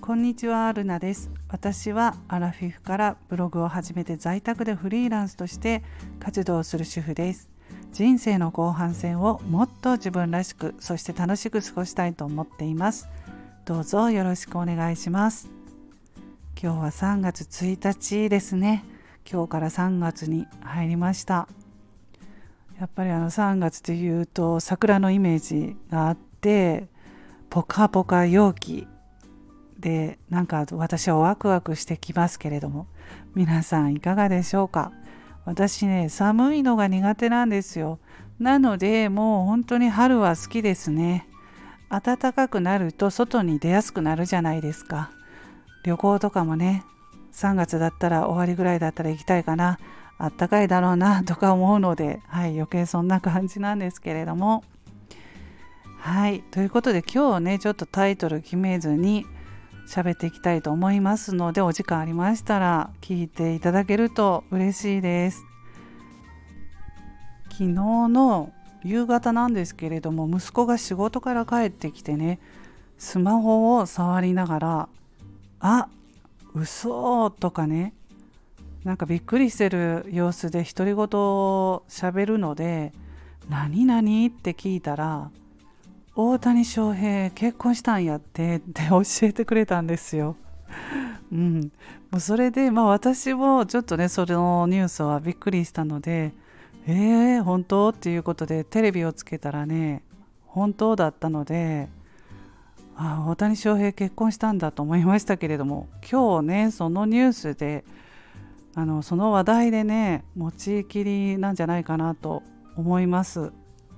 こんにちは、ルナです。私はアラフィフからブログを始めて在宅でフリーランスとして活動する主婦です。人生の後半戦をもっと自分らしく、そして楽しく過ごしたいと思っています。どうぞよろしくお願いします。今日は3月1日ですね。今日から3月に入りました。やっぱり3月というと桜のイメージがあって、ポカポカ陽気で、なんか私はワクワクしてきますけれども、皆さんいかがでしょうか。私ね、寒いのが苦手なんですよ。なのでもう本当に春は好きですね。暖かくなると外に出やすくなるじゃないですか。旅行とかもね、3月だったら終わりぐらいだったら行きたいかな、あったかいだろうなとか思うので、余計そんな感じなんですけれども、ということで今日ね、ちょっとタイトル決めずに喋っていきたいと思いますので、お時間ありましたら聞いていただけると嬉しいです。昨日の夕方なんですけれども、息子が仕事から帰ってきてね、スマホを触りながら、嘘とかね、なんかびっくりしてる様子で独り言を喋るので、何々って聞いたら、大谷翔平結婚したんやって教えてくれたんですよ。もうそれで私もちょっとね、そのニュースはびっくりしたので、本当っていうことでテレビをつけたらね、本当だったので、大谷翔平結婚したんだと思いましたけれども、今日ね、そのニュースでその話題でね、持ちきりなんじゃないかなと思います。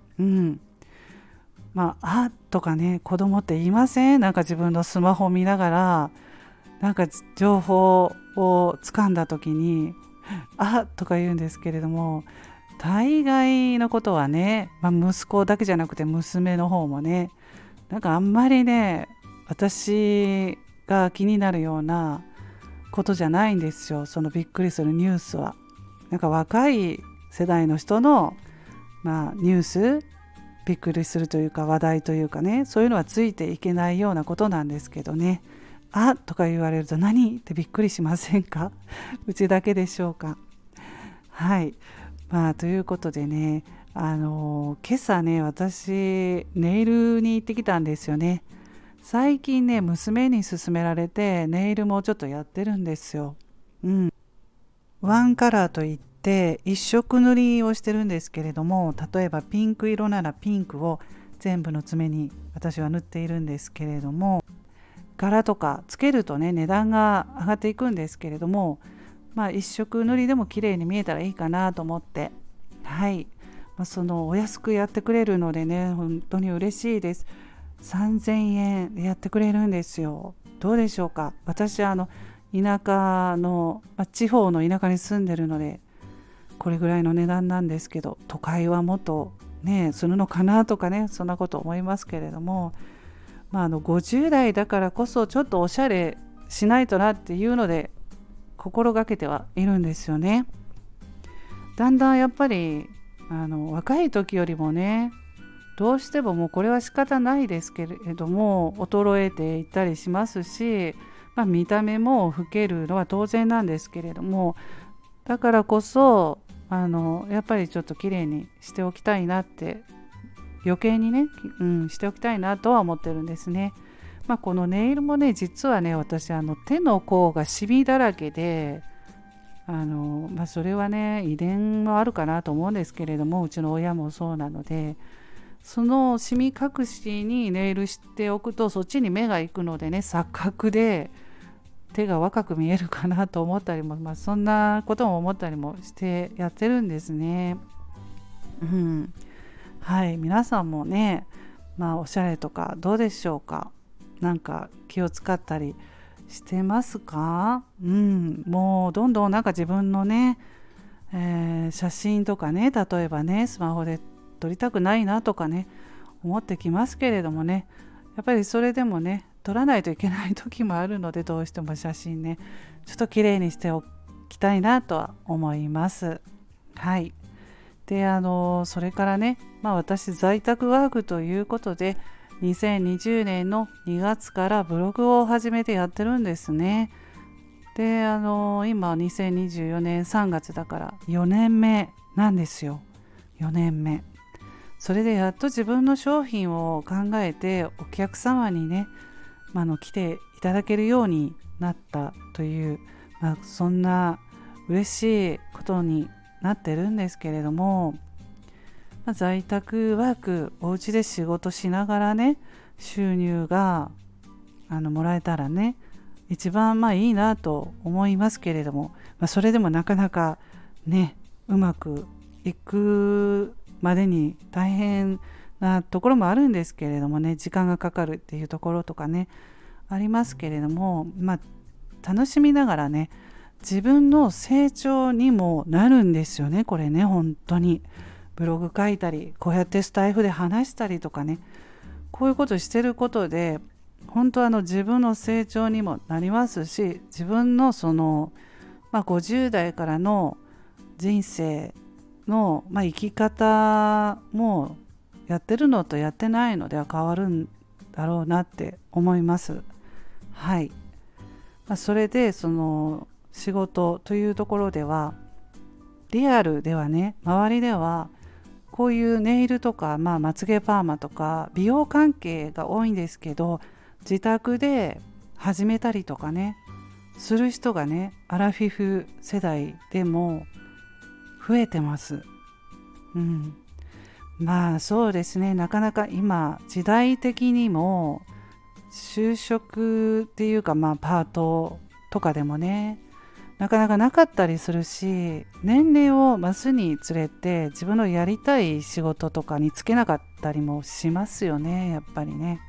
とかね、子供って言いません？なんか自分のスマホを見ながら、なんか情報を掴んだ時にとか言うんですけれども、大概のことはね、息子だけじゃなくて娘の方もね、なんかあんまりね、私が気になるようなことじゃないんですよ。そのびっくりするニュースは。なんか若い世代の人のニュース、びっくりするというか話題というかね、そういうのはついていけないようなことなんですけどね、とか言われると何ってびっくりしませんか？うちだけでしょうか。ということでね、今朝ね、私ネイルに行ってきたんですよね。最近ね、娘に勧められてネイルもちょっとやってるんですよ。ワンカラーといって一色塗りをしてるんですけれども、例えばピンク色ならピンクを全部の爪に私は塗っているんですけれども、柄とかつけるとね、値段が上がっていくんですけれども、一色塗りでも綺麗に見えたらいいかなと思って、そのお安くやってくれるのでね、本当に嬉しいです。3000円でやってくれるんですよ。どうでしょうか。私田舎の、地方の田舎に住んでるのでこれぐらいの値段なんですけど、都会はもっとねするのかなとかね、そんなこと思いますけれども、50代だからこそちょっとおしゃれしないとなっていうので心がけてはいるんですよね。だんだんやっぱり若い時よりもね、どうしてももうこれは仕方ないですけれども衰えていったりしますし、見た目も老けるのは当然なんですけれども、だからこそやっぱりちょっと綺麗にしておきたいなって、余計にね、しておきたいなとは思ってるんですね。このネイルもね、実はね、私手の甲がシミだらけで、それはね遺伝もあるかなと思うんですけれども、うちの親もそうなので、そのシミ隠しにネイルしておくとそっちに目が行くのでね、錯覚で手が若く見えるかなと思ったりも、そんなことも思ったりもしてやってるんですね。皆さんもね、おしゃれとかどうでしょうか。なんか気を使ったりしてますか？もうどんどんなんか自分のね、写真とかね、例えばねスマホで撮りたくないなとかね思ってきますけれどもね、やっぱりそれでもね撮らないといけない時もあるので、どうしても写真ねちょっと綺麗にしておきたいなとは思います。でそれからね、私在宅ワークということで 2020年の2月からブログを始めてやってるんですね。で、今2024年3月だから4年目なんですよ。4年目。それでやっと自分の商品を考えてお客様にね、来ていただけるようになったという、そんな嬉しいことになってるんですけれども、在宅ワーク、お家で仕事しながらね、収入がもらえたらね、一番いいなと思いますけれども、それでもなかなかね、うまくいくまでに大変なところもあるんですけれどもね、時間がかかるっていうところとかねありますけれども、楽しみながらね、自分の成長にもなるんですよね。これね、本当にブログ書いたり、こうやってスタイフで話したりとかね、こういうことしてることで本当自分の成長にもなりますし、自分のその、50代からの人生の、生き方もやってるのとやってないのでは変わるんだろうなって思います。はい。それでその仕事というところでは、リアルではね、周りではこういうネイルとか、まつげパーマとか美容関係が多いんですけど、自宅で始めたりとかねする人がね、アラフィフ世代でも増えてます。そうですね、なかなか今時代的にも就職っていうか、パートとかでもね、なかなかなかったりするし、年齢を増すにつれて自分のやりたい仕事とかに就けなかったりもしますよね、やっぱりね。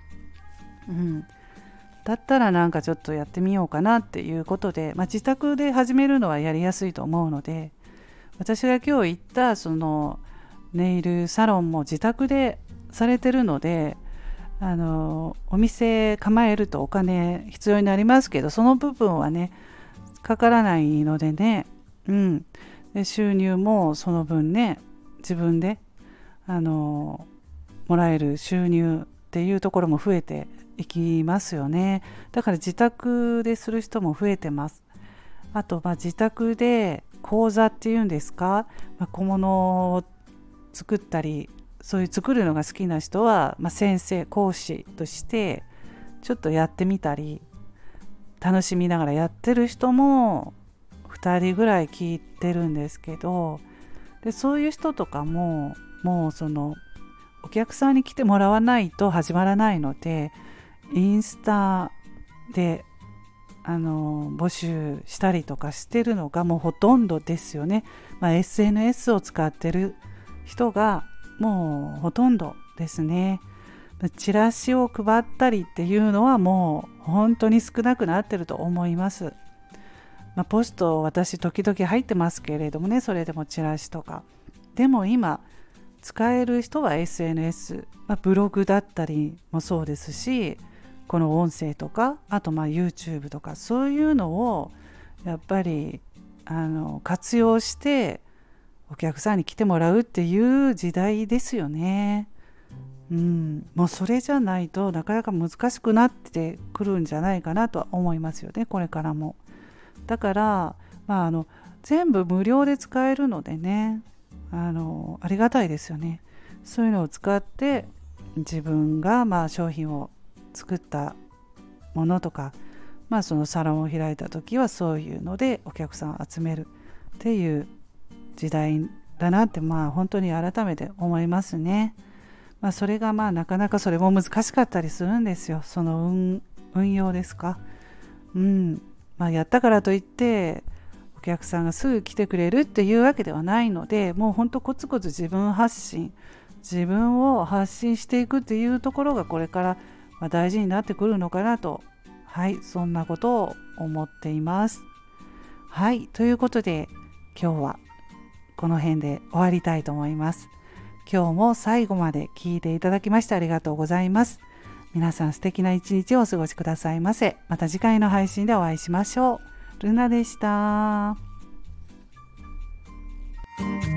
だったらなんかちょっとやってみようかなっていうことで、自宅で始めるのはやりやすいと思うので、私が今日行ったそのネイルサロンも自宅でされてるので、お店構えるとお金必要になりますけど、その部分はねかからないのでね、で収入もその分ね、自分でもらえる収入っていうところも増えていきますよね。だから自宅でする人も増えてます。あと自宅で講座っていうんですか、小物を作ったり、そういう作るのが好きな人は、先生講師としてちょっとやってみたり、楽しみながらやってる人も2人ぐらい聞いてるんですけど、でそういう人とかももうそのお客さんに来てもらわないと始まらないので、インスタで募集したりとかしてるのがもうほとんどですよね。SNS を使ってる人がもうほとんどですね。チラシを配ったりっていうのはもう本当に少なくなってると思います。ポスト私時々入ってますけれどもね、それでもチラシとかでも今使える人は SNS、ブログだったりもそうですし、この音声とか、あとYouTube とか、そういうのをやっぱり活用してお客さんに来てもらうっていう時代ですよね。もうそれじゃないとなかなか難しくなってくるんじゃないかなとは思いますよね、これからも。だから全部無料で使えるのでね、ありがたいですよね。そういうのを使って自分が商品を作ったものとか、そのサロンを開いた時はそういうのでお客さんを集めるっていう時代だなって本当に改めて思いますね。それがなかなかそれも難しかったりするんですよ。その運用ですか。やったからといってお客さんがすぐ来てくれるっていうわけではないので、もうほんとコツコツ自分を発信していくっていうところがこれから大事になってくるのかなと、そんなことを思っています。ということで今日はこの辺で終わりたいと思います。今日も最後まで聞いていただきましてありがとうございます。皆さん素敵な一日をお過ごしくださいませ。また次回の配信でお会いしましょう。ルナでした。